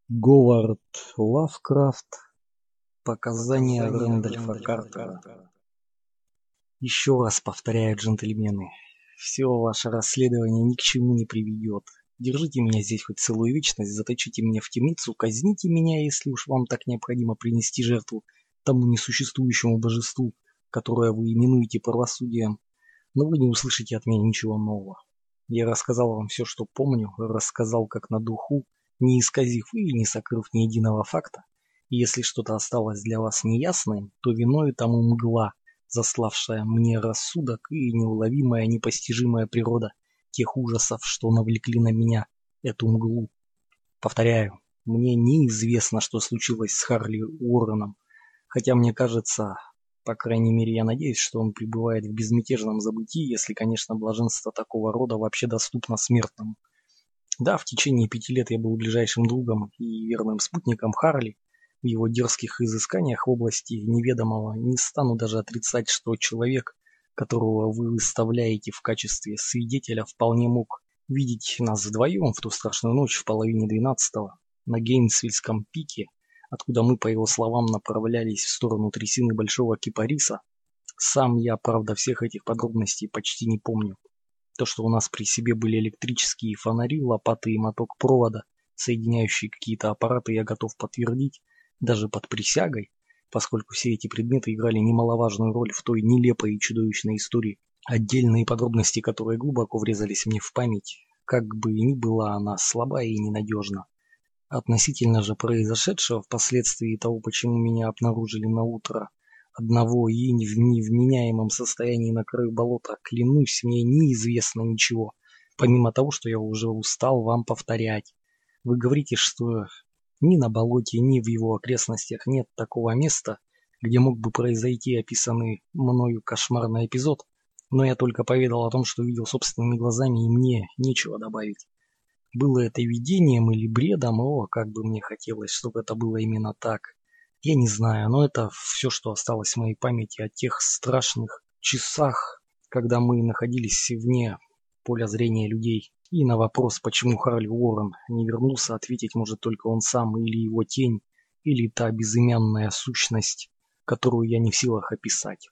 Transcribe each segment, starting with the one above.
Говард Лавкрафт. Показания Рэндольфа Картера. Еще раз повторяю, джентльмены, все ваше расследование ни к чему не приведет. Держите меня здесь хоть целую вечность, заточите меня в темницу, казните меня, если уж вам так необходимо принести жертву тому несуществующему божеству, которое вы именуете правосудием, но вы не услышите от меня ничего нового. Я рассказал вам все, что помню, рассказал как на духу, не исказив и не сокрыв ни единого факта. И если что-то осталось для вас неясным, то виной тому мгла, заславшая мне рассудок, и неуловимая, непостижимая природа тех ужасов, что навлекли на меня эту мглу. Повторяю, мне неизвестно, что случилось с Харли Уорреном, хотя мне кажется, по крайней мере я надеюсь, что он пребывает в безмятежном забытии, если, конечно, блаженство такого рода вообще доступно смертному. Да, в течение 5 лет я был ближайшим другом и верным спутником Харли в его дерзких изысканиях в области неведомого. Не стану даже отрицать, что человек, которого вы выставляете в качестве свидетеля, вполне мог видеть нас вдвоем в ту страшную ночь в половине 12-го на Гейнсвильском пике, откуда мы, по его словам, направлялись в сторону трясины Большого Кипариса. Сам я, правда, всех этих подробностей почти не помню. То, что у нас при себе были электрические фонари, лопаты и моток провода, соединяющие какие-то аппараты, я готов подтвердить, даже под присягой, поскольку все эти предметы играли немаловажную роль в той нелепой и чудовищной истории. Отдельные подробности, которые глубоко врезались мне в память, как бы ни была она слаба и ненадежна. Относительно же произошедшего впоследствии того, почему меня обнаружили на утро одного и в невменяемом состоянии на краю болота, клянусь, мне неизвестно ничего, помимо того, что я уже устал вам повторять. Вы говорите, что ни на болоте, ни в его окрестностях нет такого места, где мог бы произойти описанный мною кошмарный эпизод, но я только поведал о том, что видел собственными глазами, и мне нечего добавить. Было это видением или бредом, как бы мне хотелось, чтобы это было именно так. Я не знаю, но это все, что осталось в моей памяти о тех страшных часах, когда мы находились вне поля зрения людей. И на вопрос, почему Харли Уоррен не вернулся, ответить может только он сам, или его тень, или та безымянная сущность, которую я не в силах описать.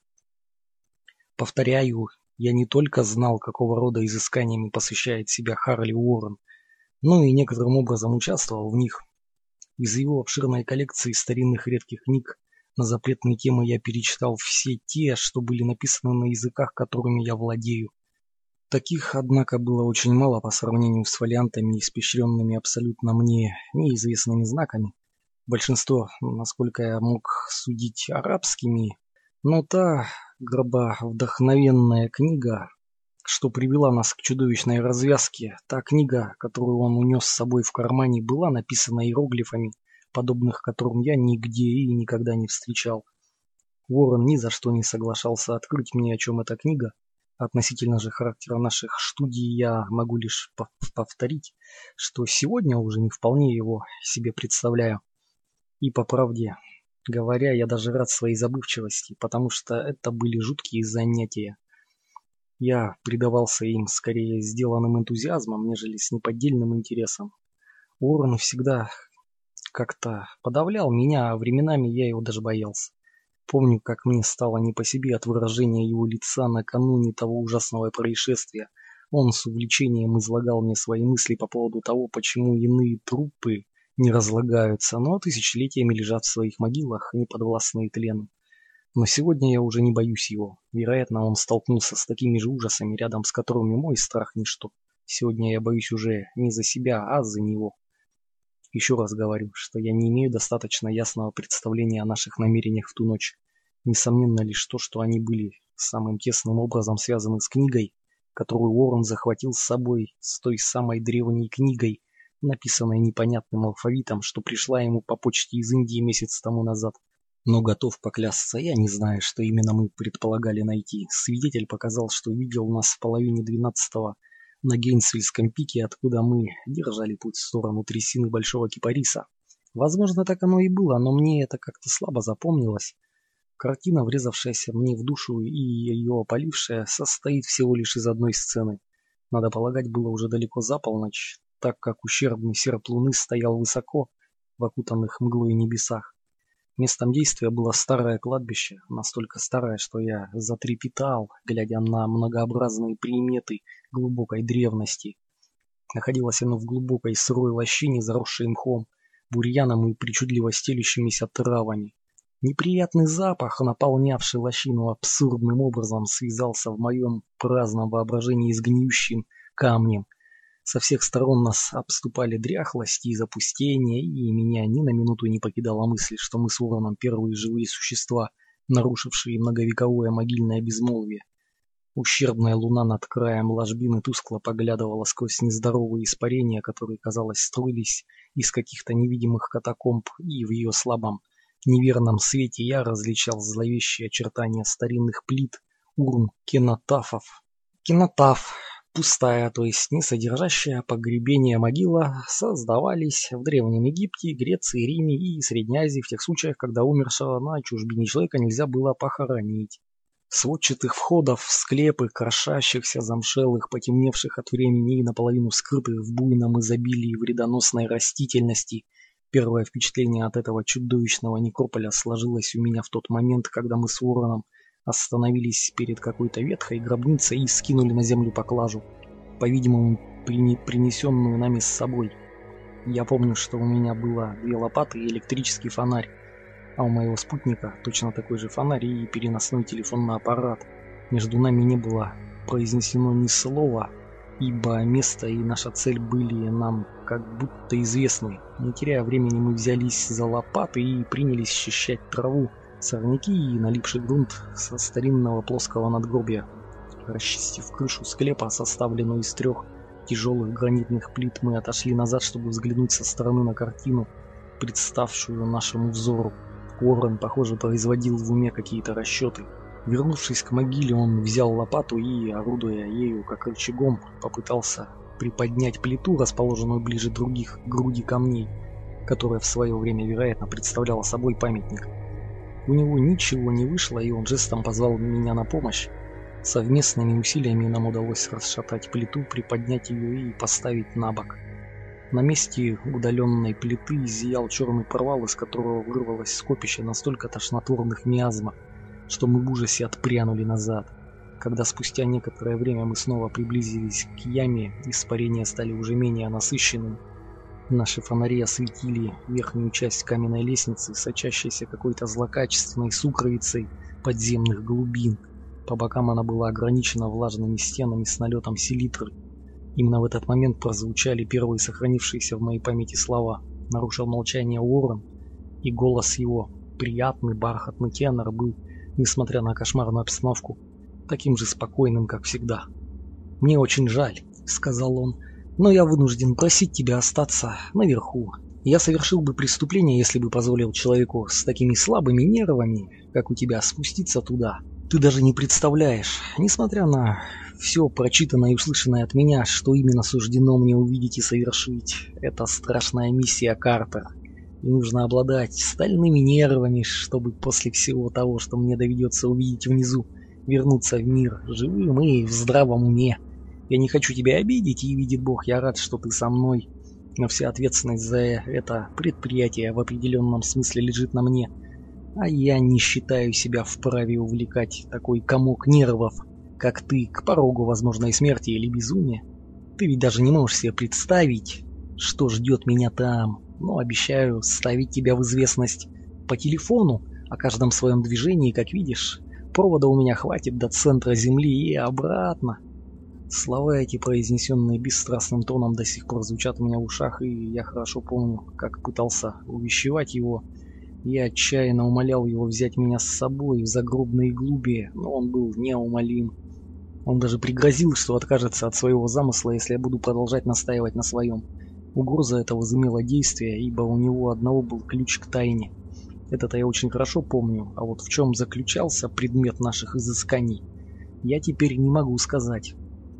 Повторяю, я не только знал, какого рода изысканиями посвящает себя Харли Уоррен, но и некоторым образом участвовал в них. Из его обширной коллекции старинных редких книг на запретные темы я перечитал все те, что были написаны на языках, которыми я владею. Таких, однако, было очень мало по сравнению с фолиантами, испещренными абсолютно мне неизвестными знаками. Большинство, насколько я мог судить, арабскими, но та гробовдохновенная книга, что привела нас к чудовищной развязке, та книга, которую он унес с собой в кармане, была написана иероглифами, подобных которым я нигде и никогда не встречал. Уоррен ни за что не соглашался открыть мне, о чем эта книга. Относительно же характера наших студий я могу лишь повторить, что сегодня уже не вполне его себе представляю. И по правде говоря, я даже рад своей забывчивости, потому что это были жуткие занятия. Я предавался им скорее сделанным энтузиазмом, нежели с неподдельным интересом. Уоррен всегда как-то подавлял меня, а временами я его даже боялся. Помню, как мне стало не по себе от выражения его лица накануне того ужасного происшествия. Он с увлечением излагал мне свои мысли по поводу того, почему иные трупы не разлагаются, но тысячелетиями лежат в своих могилах, не подвластные тлену. Но сегодня я уже не боюсь его. Вероятно, он столкнулся с такими же ужасами, рядом с которыми мой страх ничто. Сегодня я боюсь уже не за себя, а за него. Еще раз говорю, что я не имею достаточно ясного представления о наших намерениях в ту ночь. Несомненно лишь то, что они были самым тесным образом связаны с книгой, которую Уоррен захватил с собой, с той самой древней книгой, написанной непонятным алфавитом, что пришла ему по почте из Индии месяц тому назад. Но готов поклясться, я не знаю, что именно мы предполагали найти. Свидетель показал, что видел нас в половине 12-го на Гейнсвильском пике, откуда мы держали путь в сторону трясины Большого Кипариса. Возможно, так оно и было, но мне это как-то слабо запомнилось. Картина, врезавшаяся мне в душу и ее опалившая, состоит всего лишь из одной сцены. Надо полагать, было уже далеко за полночь, так как ущербный серп луны стоял высоко, в окутанных мглой небесах. Местом действия было старое кладбище, настолько старое, что я затрепетал, глядя на многообразные приметы глубокой древности. Находилось оно в глубокой сырой лощине, заросшей мхом, бурьяном и причудливо стелющимися травами. Неприятный запах, наполнявший лощину абсурдным образом, связался в моем праздном воображении с гниющим камнем. Со всех сторон нас обступали дряхлость и запустение, и меня ни на минуту не покидала мысль, что мы с Вороном первые живые существа, нарушившие многовековое могильное безмолвие. Ущербная луна над краем ложбины тускло поглядывала сквозь нездоровые испарения, которые, казалось, струились из каких-то невидимых катакомб, и в ее слабом, неверном свете я различал зловещие очертания старинных плит, урн, кинотафов. Кинотаф, пустая, то есть не содержащая погребения могила, создавались в Древнем Египте, Греции, Риме и Средней Азии в тех случаях, когда умершего на чужбине человека нельзя было похоронить. Сводчатых входов в склепы, крошащихся, замшелых, потемневших от времени и наполовину скрытых в буйном изобилии вредоносной растительности. Первое впечатление от этого чудовищного некрополя сложилось у меня в тот момент, когда мы с Вороном остановились перед какой-то ветхой гробницей и скинули на землю поклажу, по-видимому, принесенную нами с собой. Я помню, что у меня было 2 лопаты и электрический фонарь, а у моего спутника точно такой же фонарь и переносной телефонный аппарат. Между нами не было произнесено ни слова, ибо место и наша цель были нам как будто известны. Не теряя времени, мы взялись за лопаты и принялись счищать траву, сорняки и налипший грунт со старинного плоского надгробия. Расчистив крышу склепа, составленную из 3 тяжелых гранитных плит, мы отошли назад, чтобы взглянуть со стороны на картину, представшую нашему взору. Уоррен, похоже, производил в уме какие-то расчеты. Вернувшись к могиле, он взял лопату и, орудуя ею как рычагом, попытался приподнять плиту, расположенную ближе других к груди камней, которая в свое время, вероятно, представляла собой памятник. У него ничего не вышло, и он жестом позвал меня на помощь. Совместными усилиями нам удалось расшатать плиту, приподнять ее и поставить на бок. На месте удаленной плиты зиял черный провал, из которого вырвалось скопище настолько тошнотворных миазмов, что мы в ужасе отпрянули назад. Когда спустя некоторое время мы снова приблизились к яме, испарения стали уже менее насыщенными. Наши фонари осветили верхнюю часть каменной лестницы, сочащейся какой-то злокачественной сукровицей подземных глубин. По бокам она была ограничена влажными стенами с налетом селитры. Именно в этот момент прозвучали первые сохранившиеся в моей памяти слова. Нарушил молчание Уоррен, и голос его, приятный бархатный тенор, был, несмотря на кошмарную обстановку, таким же спокойным, как всегда. «Мне очень жаль», — сказал он, — «но я вынужден просить тебя остаться наверху. Я совершил бы преступление, если бы позволил человеку с такими слабыми нервами, как у тебя, спуститься туда. Ты даже не представляешь, несмотря на все прочитанное и услышанное от меня, что именно суждено мне увидеть и совершить. Это страшная миссия, Картер. И нужно обладать стальными нервами, чтобы после всего того, что мне доведется увидеть внизу, вернуться в мир живым и в здравом уме. Я не хочу тебя обидеть, и, видит Бог, я рад, что ты со мной. Но вся ответственность за это предприятие в определенном смысле лежит на мне. А я не считаю себя вправе увлекать такой комок нервов, как ты, к порогу возможной смерти или безумия. Ты ведь даже не можешь себе представить, что ждет меня там. Но обещаю ставить тебя в известность по телефону о каждом своем движении, как видишь. Провода у меня хватит до центра Земли и обратно. Слова эти, произнесенные бесстрастным тоном, до сих пор звучат у меня в ушах, и я хорошо помню, как пытался увещевать его. Я отчаянно умолял его взять меня с собой в загробные глуби, но он был неумолим. Он даже пригрозил, что откажется от своего замысла, если я буду продолжать настаивать на своем. Угроза эта возымела действие, ибо у него одного был ключ к тайне. Это-то я очень хорошо помню, а вот в чем заключался предмет наших изысканий, я теперь не могу сказать.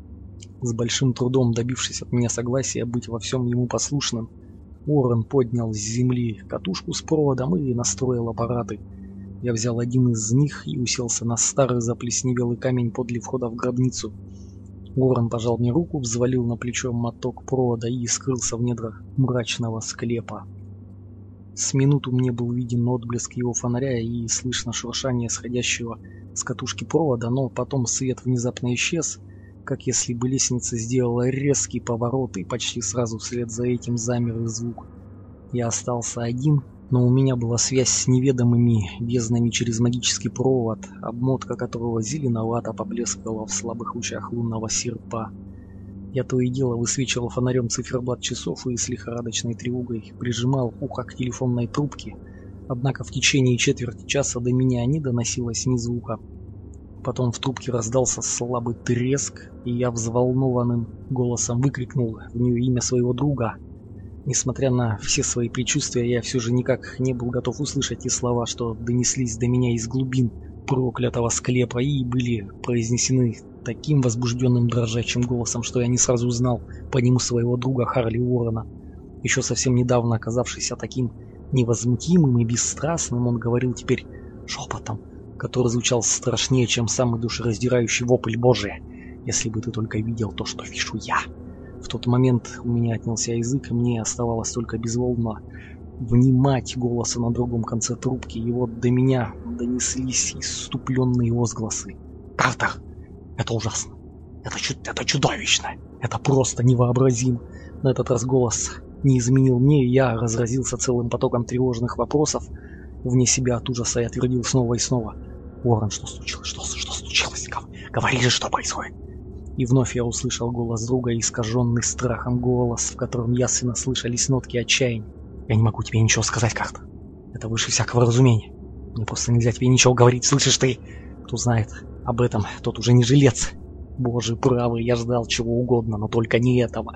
С большим трудом добившись от меня согласия быть во всем ему послушным, Уоррен поднял с земли катушку с проводом и настроил аппараты. Я взял один из них и уселся на старый заплесневелый камень подле входа в гробницу. Уоррен пожал мне руку, взвалил на плечо моток провода и скрылся в недрах мрачного склепа. С минуту мне был виден отблеск его фонаря и слышно шуршание сходящего с катушки провода, но потом свет внезапно исчез, как если бы лестница сделала резкий поворот, и почти сразу вслед за этим замер и звук. Я остался один, но у меня была связь с неведомыми безднами через магический провод, обмотка которого зеленовато поблескивала в слабых лучах лунного серпа. Я то и дело высвечивал фонарем циферблат часов и с лихорадочной тревогой прижимал ухо к телефонной трубке, однако в течение четверти часа до меня не доносилось ни звука. Потом в трубке раздался слабый треск, и я взволнованным голосом выкрикнул в нее имя своего друга. Несмотря на все свои предчувствия, я все же никак не был готов услышать те слова, что донеслись до меня из глубин проклятого склепа и были произнесены таким возбужденным дрожащим голосом, что я не сразу узнал по нему своего друга Харли Уоррена. Еще совсем недавно оказавшийся таким невозмутимым и бесстрастным, он говорил теперь шепотом, который звучал страшнее, чем самый душераздирающий вопль Божий. «Если бы ты только видел то, что вижу я!» В тот момент у меня отнялся язык, и мне оставалось только безволно внимать голоса на другом конце трубки, и вот до меня донеслись исступленные возгласы. «Картер! Это ужасно! Это чудовищно! Это просто невообразимо!» На этот раз голос не изменил мне, и я разразился целым потоком тревожных вопросов. Вне себя от ужаса я твердил снова и снова: «Уоррен, что случилось? Что случилось? Говори же, что происходит!» И вновь я услышал голос друга, искаженный страхом голос, в котором ясно слышались нотки отчаяния. «Я не могу тебе ничего сказать, Картер. Это выше всякого разумения. Мне просто нельзя тебе ничего говорить, слышишь ты? Кто знает об этом, тот уже не жилец. Боже правый, я ждал чего угодно, но только не этого».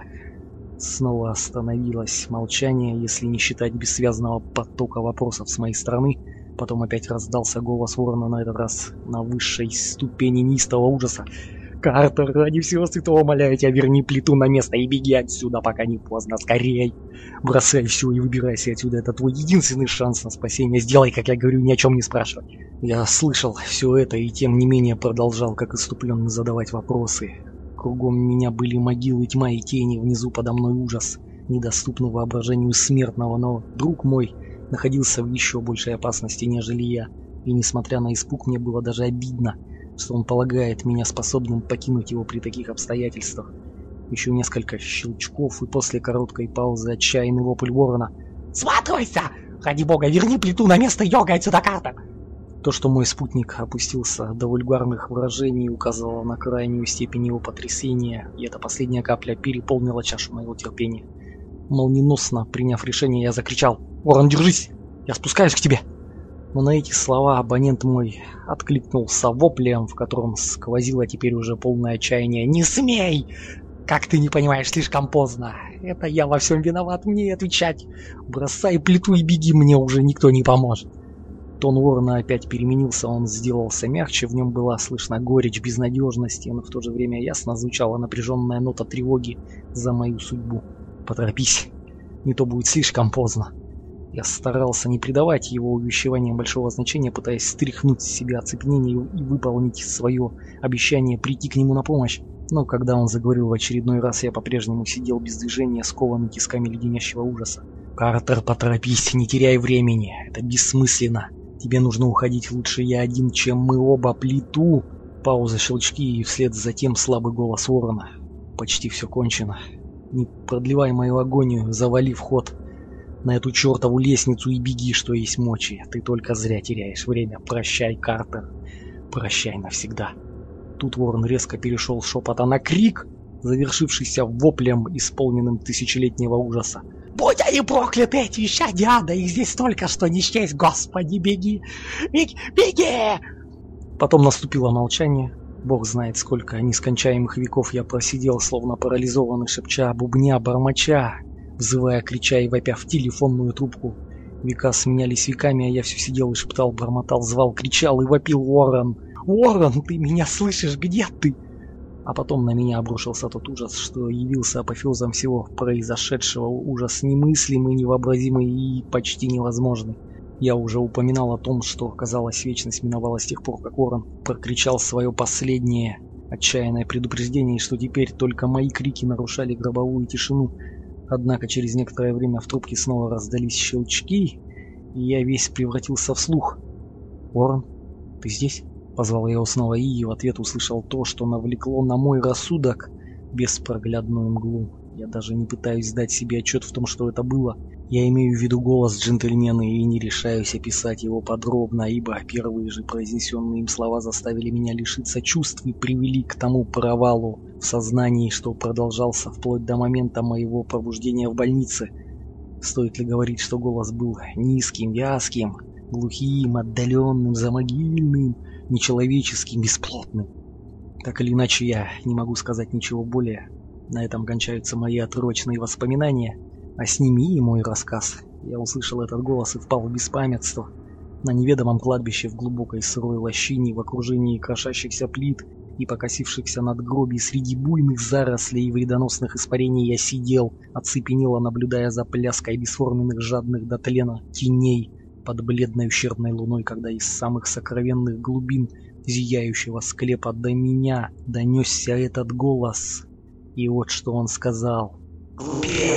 Снова остановилось молчание, если не считать бессвязного потока вопросов с моей стороны. Потом опять раздался голос Уоррена, на этот раз на высшей ступени неистового ужаса. «Картер, ради всего святого, умоляю тебя, верни плиту на место и беги отсюда, пока не поздно. Скорей! Бросай все и выбирайся отсюда. Это твой единственный шанс на спасение. Сделай, как я говорю, ни о чем не спрашивай». Я слышал все это и тем не менее продолжал, как иступленно, задавать вопросы. Кругом меня были могилы, тьма и тени, внизу подо мной ужас, недоступный воображению смертного, но друг мой находился в еще большей опасности, нежели я, и несмотря на испуг, мне было даже обидно, что он полагает меня способным покинуть его при таких обстоятельствах. Еще несколько щелчков, и после короткой паузы отчаянный вопль Уоррена: «Сматывайся! Ради бога, верни плиту на место, ёгай отсюда, Картер!» То, что мой спутник опустился до вульгарных выражений, указывало на крайнюю степень его потрясения, и эта последняя капля переполнила чашу моего терпения. Молниеносно приняв решение, я закричал: «Уоррен, держись! Я спускаюсь к тебе!» Но на эти слова абонент мой откликнулся воплем, в котором сквозило теперь уже полное отчаяние: «Не смей! Как ты не понимаешь, слишком поздно! Это я во всем виноват, мне отвечать! Бросай плиту и беги, мне уже никто не поможет!» Тон Уоррена опять переменился, он сделался мягче, в нем была слышна горечь безнадежности, но в то же время ясно звучала напряженная нота тревоги за мою судьбу. «Поторопись, не то будет слишком поздно». Я старался не придавать его увещеваниям большого значения, пытаясь стряхнуть с себя оцепенение и выполнить свое обещание прийти к нему на помощь. Но когда он заговорил в очередной раз, я по-прежнему сидел без движения, скованный тисками леденящего ужаса. «Картер, поторопись, не теряй времени, это бессмысленно. Тебе нужно уходить, лучше я один, чем мы оба. Плиту!» Пауза, щелчки и вслед за тем слабый голос Уоррена. «Почти все кончено. Не продлевай мою агонию, завали вход на эту чертову лестницу и беги, что есть мочи. Ты только зря теряешь время. Прощай, Картер. Прощай навсегда». Тут Уоррен резко перешел с шепота на крик, завершившийся воплем, исполненным тысячелетнего ужаса. «Будь они прокляты, эти исчадия! Их здесь столько, что не счесть! Господи, беги! Беги!» Потом наступило молчание. Бог знает, сколько нескончаемых веков я просидел, словно парализованный, шепча, бубня, бормоча, взывая, крича и вопя в телефонную трубку. Века сменялись веками, а я все сидел и шептал, бормотал, звал, кричал и вопил: «Уоррен! Уоррен, ты меня слышишь? Где ты?» А потом на меня обрушился тот ужас, что явился апофеозом всего произошедшего, ужас немыслимый, невообразимый и почти невозможный. Я уже упоминал о том, что, казалось, вечность миновала с тех пор, как Уоррен прокричал свое последнее отчаянное предупреждение, и что теперь только мои крики нарушали гробовую тишину. Однако через некоторое время в трубке снова раздались щелчки, и я весь превратился в слух. «Уоррен, ты здесь?» — позвал я его снова и в ответ услышал то, что навлекло на мой рассудок беспроглядную мглу. Я даже не пытаюсь дать себе отчет в том, что это было. Я имею в виду голос джентльмена и не решаюсь описать его подробно, ибо первые же произнесенные им слова заставили меня лишиться чувств и привели к тому провалу в сознании, что продолжался вплоть до момента моего пробуждения в больнице. Стоит ли говорить, что голос был низким, вязким, глухим, отдаленным, замогильным, нечеловеческим, бесплотным? Так или иначе, я не могу сказать ничего более. На этом кончаются мои отрочные воспоминания, а с ними и мой рассказ. Я услышал этот голос и впал в беспамятство. На неведомом кладбище в глубокой сырой лощине, в окружении крошащихся плит и покосившихся надгробий среди буйных зарослей и вредоносных испарений я сидел, оцепенело наблюдая за пляской бесформенных жадных до тлена теней под бледной ущербной луной, когда из самых сокровенных глубин зияющего склепа до меня донесся этот голос. И вот что он сказал. «Глупец!